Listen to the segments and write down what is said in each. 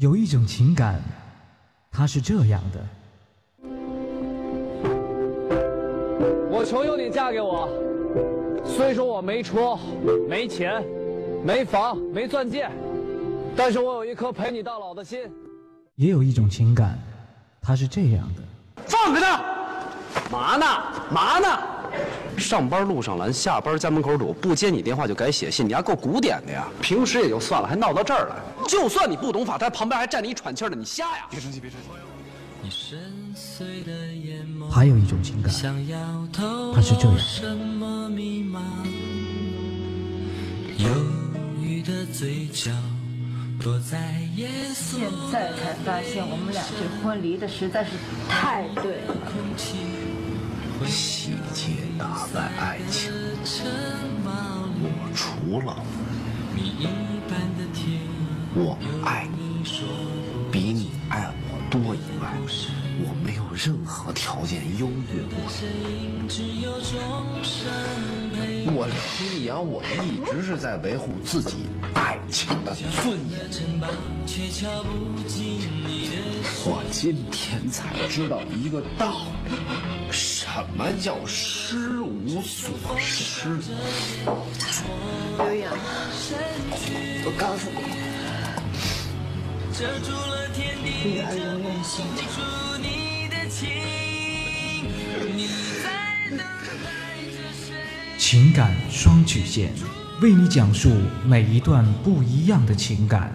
有一种情感，它是这样的。 我求求你嫁给我，虽说我没车、没钱、没房、没钻戒，但是我有一颗陪你到老的心。 也有一种情感，它是这样的。 放开他！嘛呢？嘛呢？ 上班路上拦，下班家门口堵，不接你电话就改写信，你还够古典的呀！平时也就算了，还闹到这儿来。就算你不懂法，他旁边还站着一喘气的，你瞎呀！别生气，别生气。 还有一种情感，它是这样。 现在才发现我们俩这婚离的实在是太对了。 细节打败爱情，我除了我爱你比你爱我多以外，我没有任何条件优越过你。我李阳，我一直是在维护自己爱情的尊严。我今天才知道一个道理，什么叫失无所失。 刘洋，我告诉你，女儿永远姓张。 情感双曲线，为你讲述每一段不一样的情感。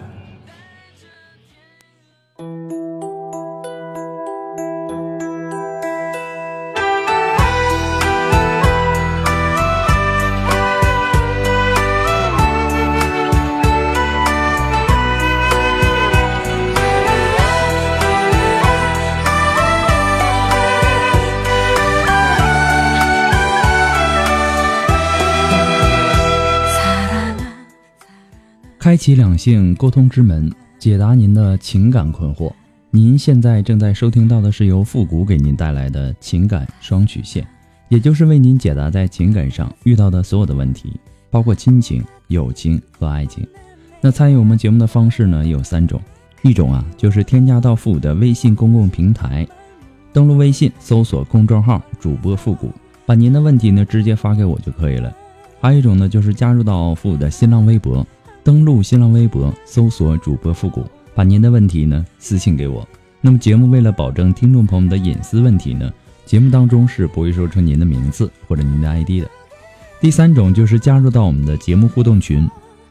开启两性沟通之门，解答您的情感困惑。您现在正在收听到的是由复古给您带来的情感双曲线，也就是为您解答在情感上遇到的所有的问题，包括亲情、友情和爱情。那参与我们节目的方式呢有3种，一种就是添加到复古的微信公共平台，登录微信搜索公众号主播复古，把您的问题呢直接发给我就可以了。还有一种呢就是加入到复古的新浪微博，登录新浪微博搜索主播复古，把您的问题呢私信给我。那么节目为了保证听众朋友们的隐私问题呢，节目当中是不会说出您的名字或者您的 ID 的。第3种就是加入到我们的节目互动群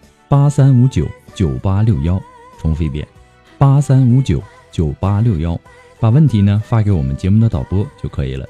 83599861，重复一遍83599861，把问题呢发给我们节目的导播就可以了。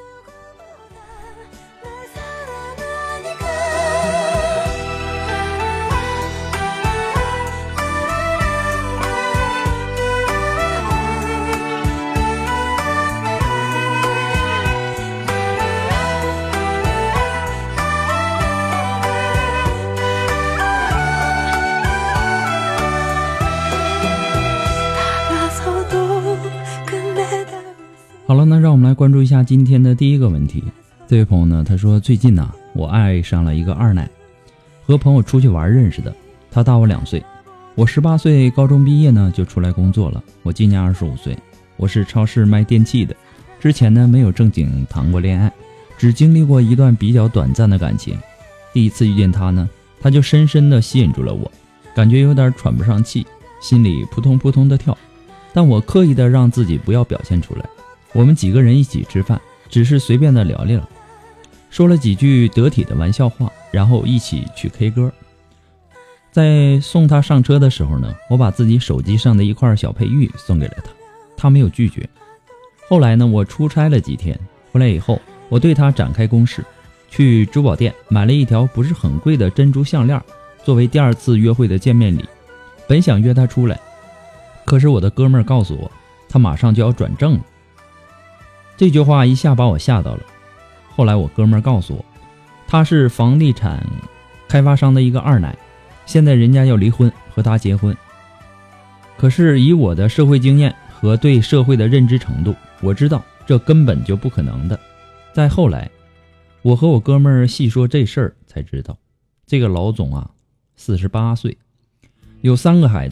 好了，那让我们来关注一下今天的第一个问题。这位朋友呢，他说最近我爱上了一个二奶，和朋友出去玩认识的，他大我2岁。我18岁高中毕业呢就出来工作了，我今年25岁，我是超市卖电器的。之前呢没有正经谈过恋爱，只经历过一段比较短暂的感情。第一次遇见他呢，他就深深地吸引住了我，感觉有点喘不上气，心里扑通扑通的跳，但我刻意的让自己不要表现出来。我们几个人一起吃饭，只是随便的聊聊，说了几句得体的玩笑话，然后一起去 K 歌。在送他上车的时候呢，我把自己手机上的一块小佩玉送给了他，他没有拒绝。后来呢，我出差了几天，回来以后，我对他展开攻势，去珠宝店买了一条不是很贵的珍珠项链，作为第2次约会的见面礼。本想约他出来，可是我的哥们儿告诉我，他马上就要转正了。这句话一下把我吓到了。后来我哥们儿告诉我，他是房地产开发商的一个二奶，现在人家要离婚和他结婚。可是以我的社会经验和对社会的认知程度，我知道这根本就不可能的。再后来，我和我哥们儿细说这事儿才知道，这个老总48岁，有3个孩子，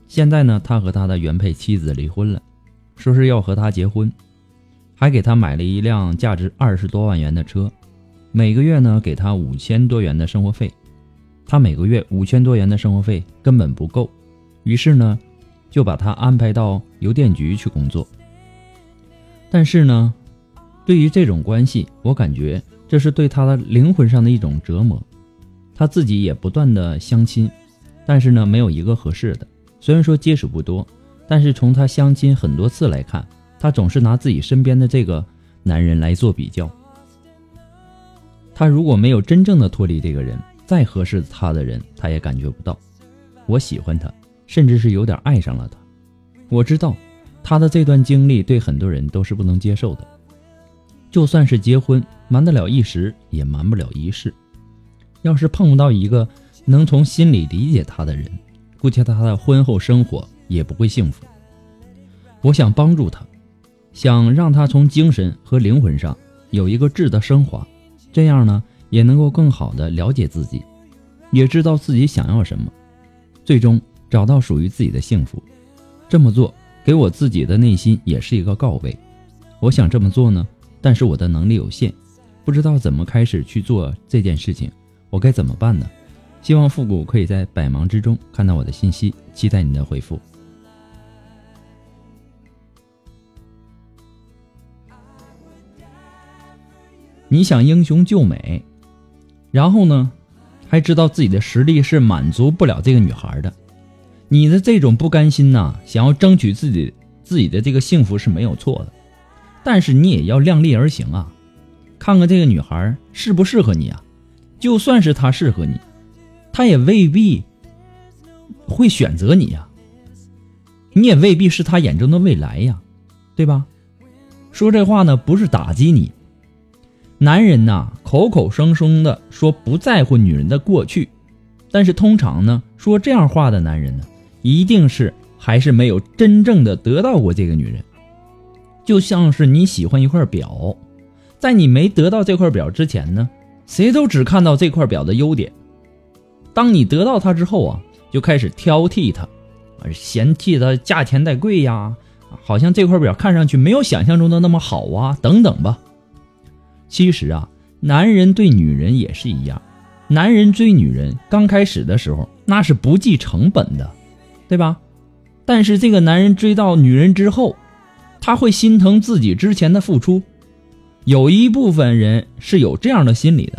现在呢，他和他的原配妻子离婚了，说是要和他结婚，还给他买了一辆价值20多万元的车，每个月呢给他5000多元的生活费。他每个月5000多元的生活费根本不够，于是呢就把他安排到邮电局去工作。但是呢，对于这种关系，我感觉这是对他的灵魂上的一种折磨。他自己也不断的相亲，但是呢没有一个合适的。虽然说接触不多，但是从他相亲很多次来看，他总是拿自己身边的这个男人来做比较。他如果没有真正的脱离这个人，再合适他的人他也感觉不到。我喜欢他，甚至是有点爱上了他。我知道他的这段经历对很多人都是不能接受的，就算是结婚，瞒得了一时也瞒不了一世。要是碰到一个能从心里理解他的人，估计他的婚后生活也不会幸福。我想帮助他，想让他从精神和灵魂上有一个质的升华，这样呢也能够更好的了解自己，也知道自己想要什么，最终找到属于自己的幸福。这么做给我自己的内心也是一个告慰。我想这么做呢，但是我的能力有限，不知道怎么开始去做这件事情，我该怎么办呢？希望复古可以在百忙之中看到我的信息，期待你的回复。你想英雄救美，然后呢还知道自己的实力是满足不了这个女孩的，你的这种不甘心呐，想要争取自己的这个幸福是没有错的，但是你也要量力而行啊，看看这个女孩适不适合你啊。就算是她适合你，她也未必会选择你呀，你也未必是她眼中的未来呀，对吧？说这话呢不是打击你，男人呐口口声声的说不在乎女人的过去，但是通常呢说这样话的男人呢，一定是还是没有真正的得到过这个女人。就像是你喜欢一块表，在你没得到这块表之前呢，谁都只看到这块表的优点，当你得到它之后啊，就开始挑剔它，嫌弃它价钱太贵呀，好像这块表看上去没有想象中的那么好啊，等等吧。其实啊，男人对女人也是一样，男人追女人刚开始的时候那是不计成本的，对吧？但是这个男人追到女人之后，他会心疼自己之前的付出，有一部分人是有这样的心理的。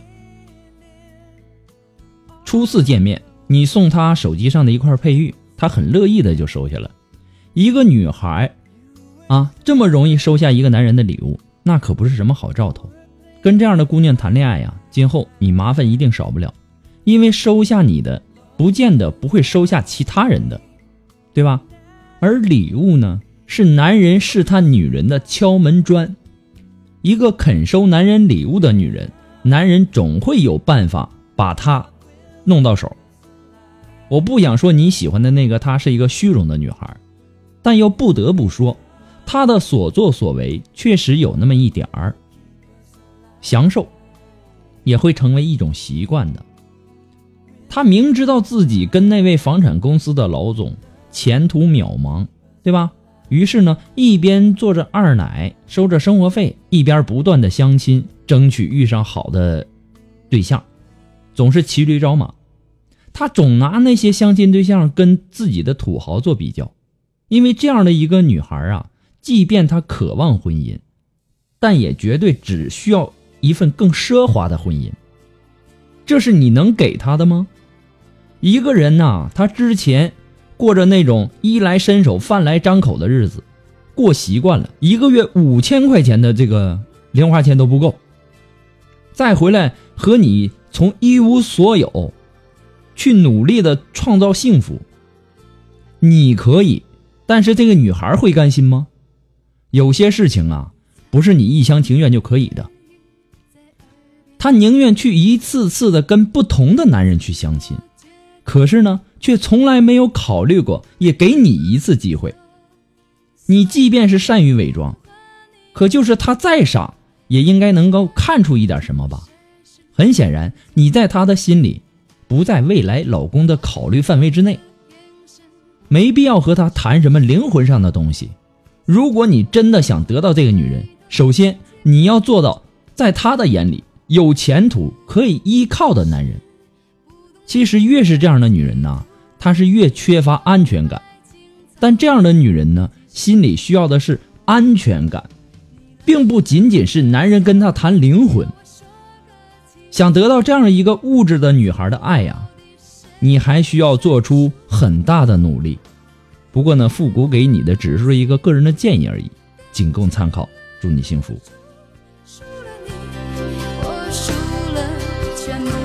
初次见面，你送他手机上的一块佩玉，他很乐意的就收下了。一个女孩啊，这么容易收下一个男人的礼物，那可不是什么好兆头。跟这样的姑娘谈恋爱呀，今后你麻烦一定少不了，因为收下你的不见得不会收下其他人的，对吧？而礼物呢，是男人试探女人的敲门砖。一个肯收男人礼物的女人，男人总会有办法把她弄到手。我不想说你喜欢的那个她是一个虚荣的女孩，但又不得不说她的所作所为确实有那么一点儿享受，也会成为一种习惯的。她明知道自己跟那位房产公司的老总前途渺茫，对吧？于是呢，一边做着二奶收着生活费，一边不断的相亲，争取遇上好的对象，总是骑驴找马。他总拿那些相亲对象跟自己的土豪做比较，因为这样的一个女孩啊，即便她渴望婚姻，但也绝对只需要一份更奢华的婚姻。这是你能给她的吗？一个人啊，他之前过着那种衣来伸手饭来张口的日子，过习惯了，一个月5000块钱的这个零花钱都不够，再回来和你从一无所有去努力的创造幸福，你可以，但是这个女孩会甘心吗？有些事情啊，不是你一厢情愿就可以的。她宁愿去一次次的跟不同的男人去相亲，可是呢，却从来没有考虑过也给你一次机会。你即便是善于伪装，可就是他再傻，也应该能够看出一点什么吧。很显然，你在他的心里不在未来老公的考虑范围之内。 没必要和她谈什么灵魂上的东西。如果你真的想得到这个女人，首先你要做到在她的眼里有前途可以依靠的男人。其实越是这样的女人呢，她是越缺乏安全感。但这样的女人呢，心里需要的是安全感，并不仅仅是男人跟她谈灵魂。想得到这样一个物质的女孩的爱呀，你还需要做出很大的努力。不过呢，复古给你的只是一个个人的建议而已，仅供参考。祝你幸福。 输了你，我输了全部。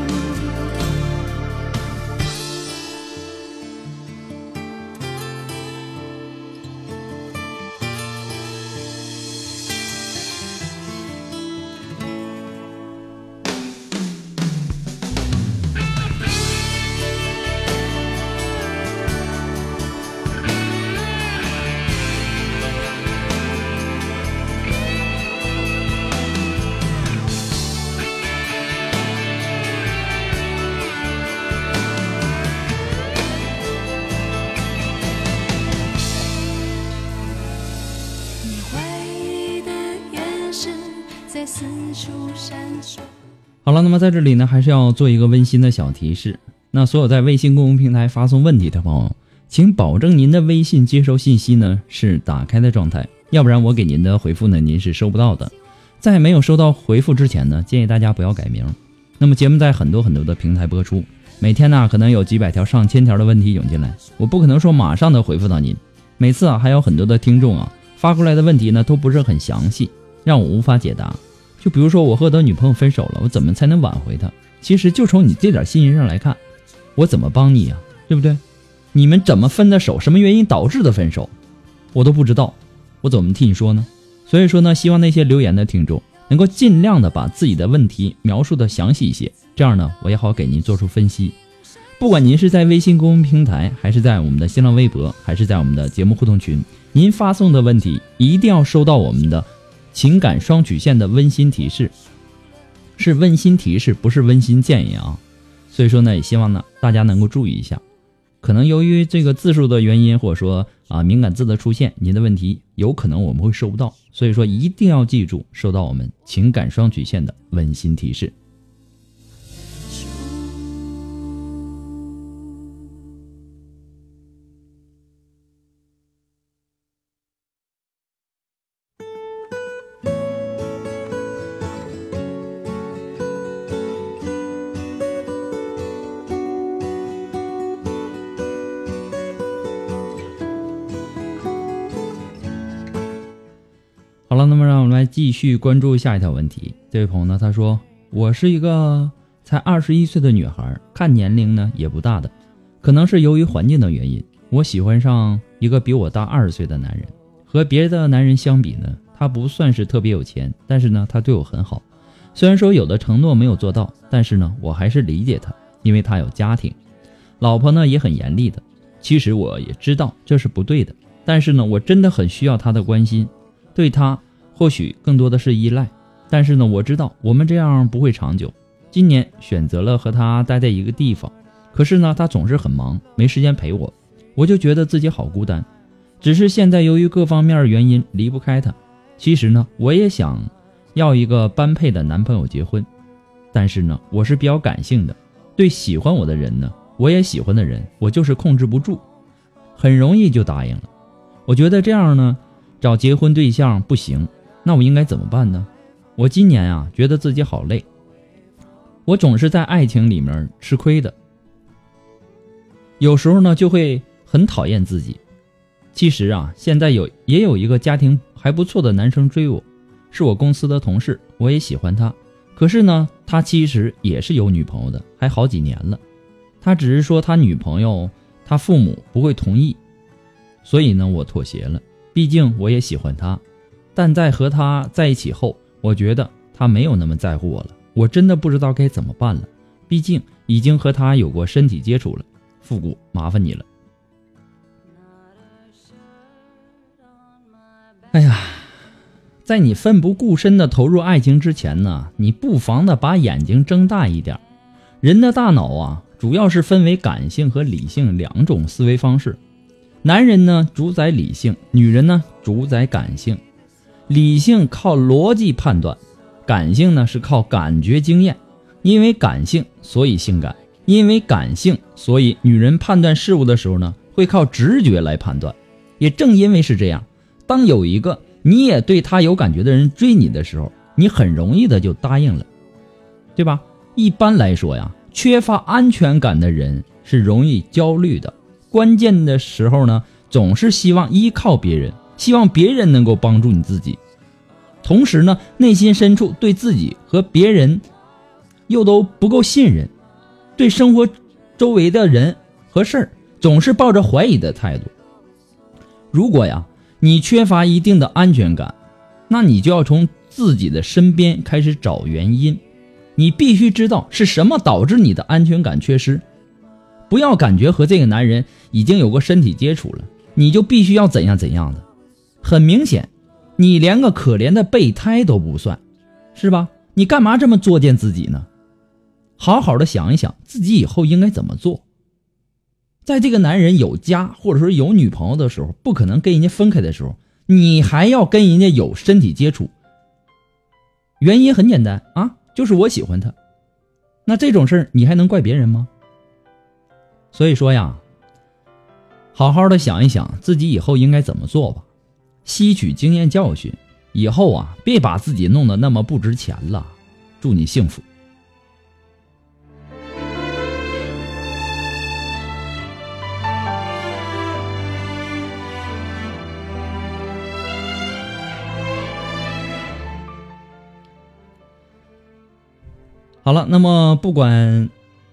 好了，那么在这里呢，还是要做一个温馨的小提示。那所有在微信公众平台发送问题的朋友，请保证您的微信接收信息呢是打开的状态，要不然我给您的回复呢您是收不到的。在没有收到回复之前呢，建议大家不要改名。那么节目在很多的平台播出，每天呢可能有几百条上千条的问题涌进来，我不可能说马上的回复到您。每次还有很多的听众发过来的问题呢都不是很详细，让我无法解答。就比如说我和我的女朋友分手了，我怎么才能挽回她？其实就从你这点信息上来看，我怎么帮你对不对？你们怎么分的手，什么原因导致的分手，我都不知道，我怎么替你说呢？所以说呢，希望那些留言的听众能够尽量的把自己的问题描述的详细一些，这样呢我也好给您做出分析。不管您是在微信公众平台，还是在我们的新浪微博，还是在我们的节目互动群，您发送的问题一定要收到我们的情感双曲线的温馨提示，是温馨提示，不是温馨建议所以说呢，也希望呢大家能够注意一下。可能由于这个字数的原因，或者说敏感字的出现，您的问题有可能我们会收不到，所以说一定要记住收到我们情感双曲线的温馨提示。好了，那么让我们来继续关注下一条问题。这位朋友呢，他说我是一个才21岁的女孩，看年龄呢也不大的，可能是由于环境的原因，我喜欢上一个比我大20岁的男人。和别的男人相比呢，他不算是特别有钱，但是呢他对我很好。虽然说有的承诺没有做到，但是呢我还是理解他，因为他有家庭，老婆呢也很严厉的。其实我也知道这是不对的，但是呢我真的很需要他的关心，对他或许更多的是依赖，但是呢我知道我们这样不会长久。今年选择了和他待在一个地方，可是呢他总是很忙，没时间陪我，我就觉得自己好孤单。只是现在由于各方面原因离不开他。其实呢我也想要一个般配的男朋友结婚，但是呢我是比较感性的，对喜欢我的人呢，我也喜欢的人，我就是控制不住，很容易就答应了。我觉得这样呢找结婚对象不行，那我应该怎么办呢？我今年觉得自己好累，我总是在爱情里面吃亏的，有时候呢就会很讨厌自己。其实现在也有一个家庭还不错的男生追我，是我公司的同事，我也喜欢他。可是呢他其实也是有女朋友的，还好几年了。他只是说他女朋友他父母不会同意，所以呢我妥协了。毕竟我也喜欢他，但在和他在一起后，我觉得他没有那么在乎我了，我真的不知道该怎么办了。毕竟已经和他有过身体接触了。复古，麻烦你了。哎呀，在你奋不顾身的投入爱情之前呢，你不妨的把眼睛睁大一点。人的大脑主要是分为感性和理性两种思维方式， 男人呢主宰理性，女人呢主宰感性。理性靠逻辑判断，感性呢是靠感觉经验。因为感性所以性感，因为感性所以女人判断事物的时候呢会靠直觉来判断。也正因为是这样，当有一个你也对他有感觉的人追你的时候，你很容易的就答应了，对吧？一般来说呀，缺乏安全感的人是容易焦虑的，关键的时候呢总是希望依靠别人，希望别人能够帮助你自己，同时呢内心深处对自己和别人又都不够信任，对生活周围的人和事儿总是抱着怀疑的态度。如果呀你缺乏一定的安全感，那你就要从自己的身边开始找原因，你必须知道是什么导致你的安全感缺失。不要感觉和这个男人已经有过身体接触了，你就必须要怎样怎样的。很明显，你连个可怜的备胎都不算，是吧？你干嘛这么作践自己呢？好好的想一想自己以后应该怎么做。在这个男人有家或者说有女朋友的时候，不可能跟人家分开的时候，你还要跟人家有身体接触，原因很简单啊，就是我喜欢他。那这种事儿你还能怪别人吗？所以说呀，好好的想一想自己以后应该怎么做吧，吸取经验教训，以后啊别把自己弄得那么不值钱了。祝你幸福。好了，那么不管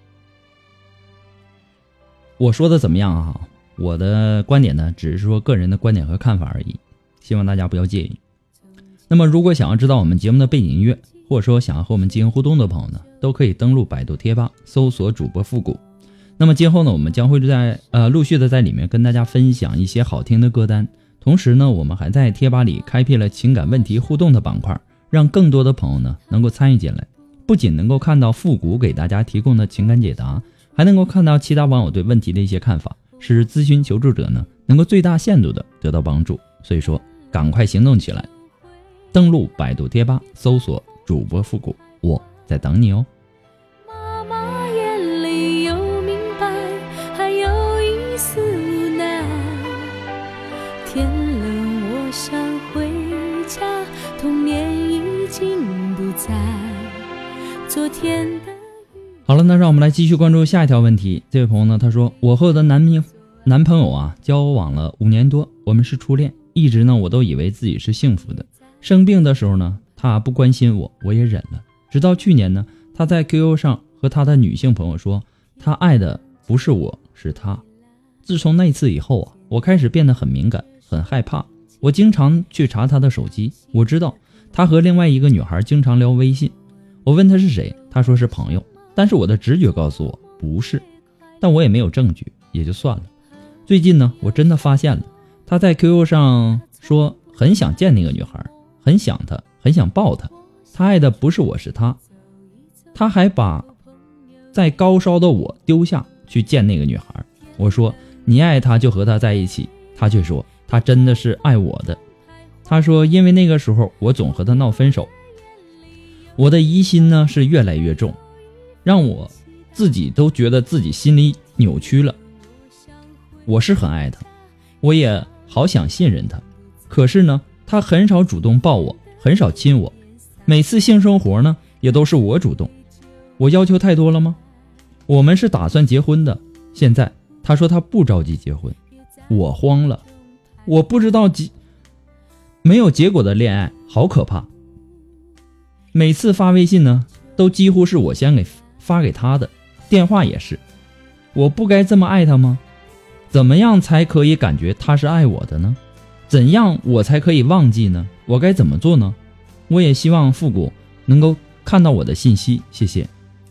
我说的怎么样啊，我的观点呢只是说个人的观点和看法而已，希望大家不要介意。那么如果想要知道我们节目的背景音乐，或者说想要和我们进行互动的朋友呢，都可以登录百度贴吧搜索主播复古。那么今后呢，我们将会陆续的在里面跟大家分享一些好听的歌单，同时呢我们还在贴吧里开辟了情感问题互动的板块，让更多的朋友呢能够参与进来，不仅能够看到复古给大家提供的情感解答，还能够看到其他网友对问题的一些看法，使咨询求助者呢能够最大限度的得到帮助。所以说赶快行动起来，登录百度贴吧搜索主播复古，我在等你哦。 妈妈眼里有明白，还有一丝无奈。天冷我想回家，童年已经不在。昨天的好了，那让我们来继续关注下一条问题。这位朋友呢，他说我和我的男朋友啊交往了5年多，我们是初恋，一直呢我都以为自己是幸福的。生病的时候呢他不关心我，我也忍了。直到去年呢，他在 QQ 上和他的女性朋友说他爱的不是我，是他。自从那次以后啊，我开始变得很敏感，很害怕。我经常去查他的手机，我知道他和另外一个女孩经常聊微信。我问他是谁，他说是朋友，但是我的直觉告诉我不是，但我也没有证据，也就算了。最近呢，我真的发现了，他在 QQ 上说很想见那个女孩，很想她，很想抱她，他爱的不是我，是他。他还把在高烧的我丢下去见那个女孩。我说你爱她就和她在一起，他却说他真的是爱我的。他说因为那个时候我总和他闹分手，我的疑心呢是越来越重，让我自己都觉得自己心里扭曲了。我是很爱他，我也好想信任他，可是呢他很少主动抱我，很少亲我，每次性生活呢也都是我主动。我要求太多了吗？我们是打算结婚的，现在他说他不着急结婚，我慌了。我不知道没有结果的恋爱好可怕。每次发微信呢都几乎是我先发给他的，电话也是。我不该这么爱他吗？怎么样才可以感觉他是爱我的呢？怎样我才可以忘记呢？我该怎么做呢？我也希望复古能够看到我的信息，谢谢。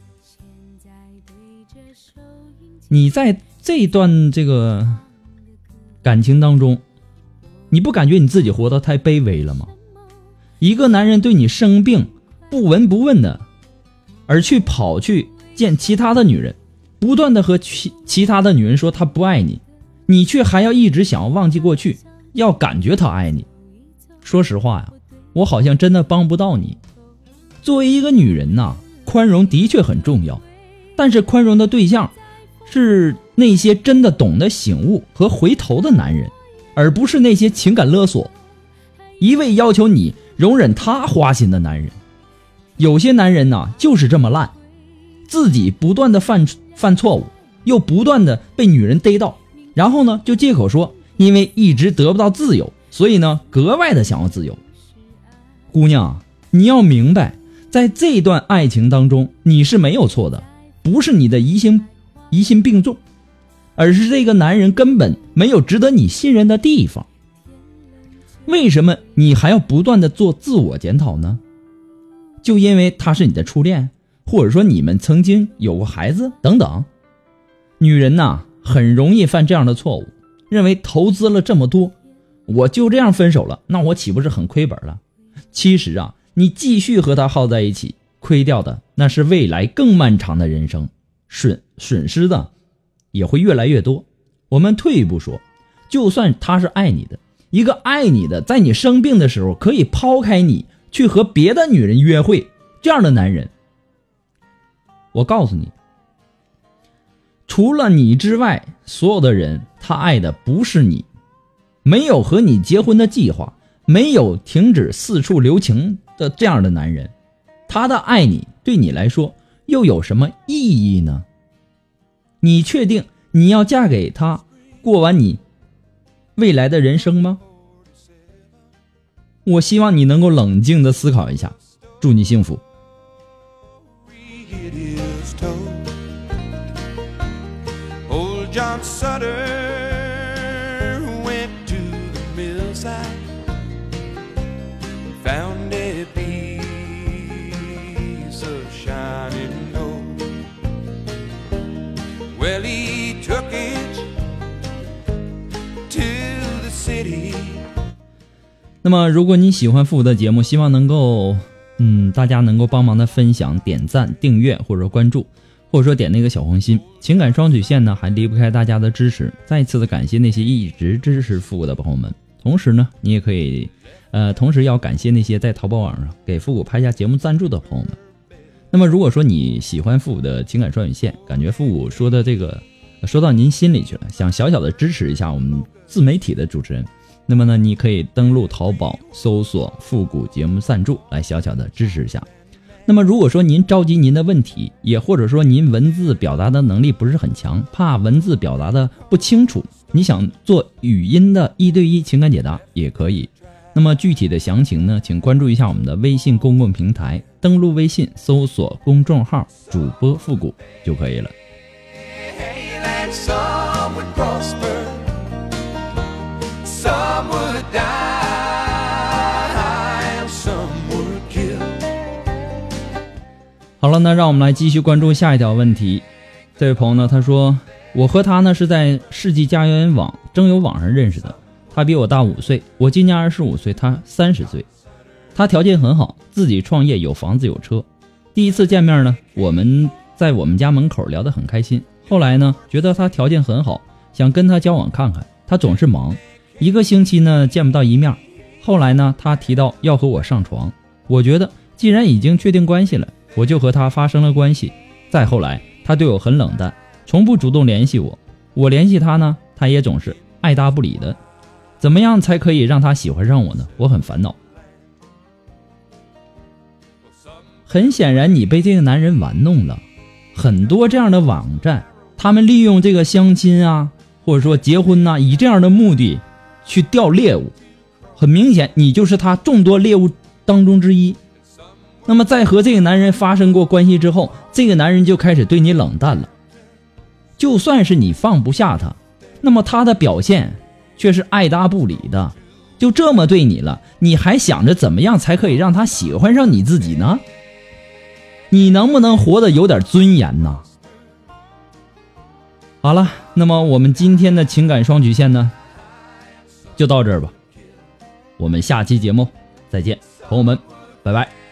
你在这段这个感情当中，你不感觉你自己活得太卑微了吗？一个男人对你生病不闻不问的，而跑去见其他的女人，不断的和其他的女人说他不爱你， 你却还要一直想要忘记过去，要感觉他爱你。说实话呀，我好像真的帮不到你。作为一个女人呐，宽容的确很重要，但是宽容的对象是那些真的懂得醒悟和回头的男人，而不是那些情感勒索，一味要求你容忍他花心的男人。有些男人呐，就是这么烂，自己不断的犯错误，又不断的被女人逮到，然后呢就借口说因为一直得不到自由，所以呢格外的想要自由。姑娘，你要明白，在这段爱情当中你是没有错的，不是你的疑心病重，而是这个男人根本没有值得你信任的地方。为什么你还要不断的做自我检讨呢？就因为他是你的初恋，或者说你们曾经有过孩子等等。女人呐，很容易犯这样的错误，认为投资了这么多，我就这样分手了，那我岂不是很亏本了？其实啊，你继续和他耗在一起，亏掉的那是未来更漫长的人生，损失的也会越来越多。我们退一步说，就算他是爱你的，一个爱你的，在你生病的时候可以抛开你去和别的女人约会，这样的男人，我告诉你，除了你之外，所有的人他爱的不是你，没有和你结婚的计划，没有停止四处留情的这样的男人，他的爱你对你来说又有什么意义呢？你确定你要嫁给他，过完你未来的人生吗？我希望你能够冷静地思考一下，祝你幸福。 John Sutter went to the millside, found a piece of shining gold. Well, he took it to the city. 那么如果你喜欢复古的节目，希望能够大家能够帮忙的分享、点赞、订阅或者关注，或者说点那个小红心。情感双曲线呢，还离不开大家的支持，再一次的感谢那些一直支持复古的朋友们。同时呢，你也可以同时要感谢那些在淘宝网上给复古拍下节目赞助的朋友们。那么如果说你喜欢复古的情感双曲线，感觉复古说的这个说到您心里去了，想小小的支持一下我们自媒体的主持人，那么呢，你可以登录淘宝搜索复古节目赞助，来小小的支持一下。那么如果说您着急您的问题，也或者说您文字表达的能力不是很强，怕文字表达的不清楚，你想做语音的1对1情感解答也可以。那么具体的详情呢，请关注一下我们的微信公共平台，登录微信搜索公众号主播复古就可以了。好了，那让我们来继续关注下一条问题。这位朋友呢，他说我和他呢是在世纪佳缘网征友网上认识的，他比我大5岁，我今年25岁，他30岁。他条件很好，自己创业，有房子有车。第一次见面呢，我们在我们家门口聊得很开心，后来呢觉得他条件很好，想跟他交往看看，他总是忙，1个星期呢见不到一面。后来呢他提到要和我上床，我觉得既然已经确定关系了，我就和他发生了关系。再后来他对我很冷淡，从不主动联系我，我联系他呢，他也总是爱答不理的。怎么样才可以让他喜欢上我呢？我很烦恼。很显然你被这个男人玩弄了，很多这样的网站，他们利用这个相亲啊，或者说结婚啊，以这样的目的去钓猎物。很明显你就是他众多猎物当中之一。那么在和这个男人发生过关系之后，这个男人就开始对你冷淡了。就算是你放不下他，那么他的表现却是爱答不理的，就这么对你了，你还想着怎么样才可以让他喜欢上你自己呢？你能不能活得有点尊严呢？好了，那么我们今天的情感双曲线呢就到这儿吧，我们下期节目再见，朋友们，拜拜。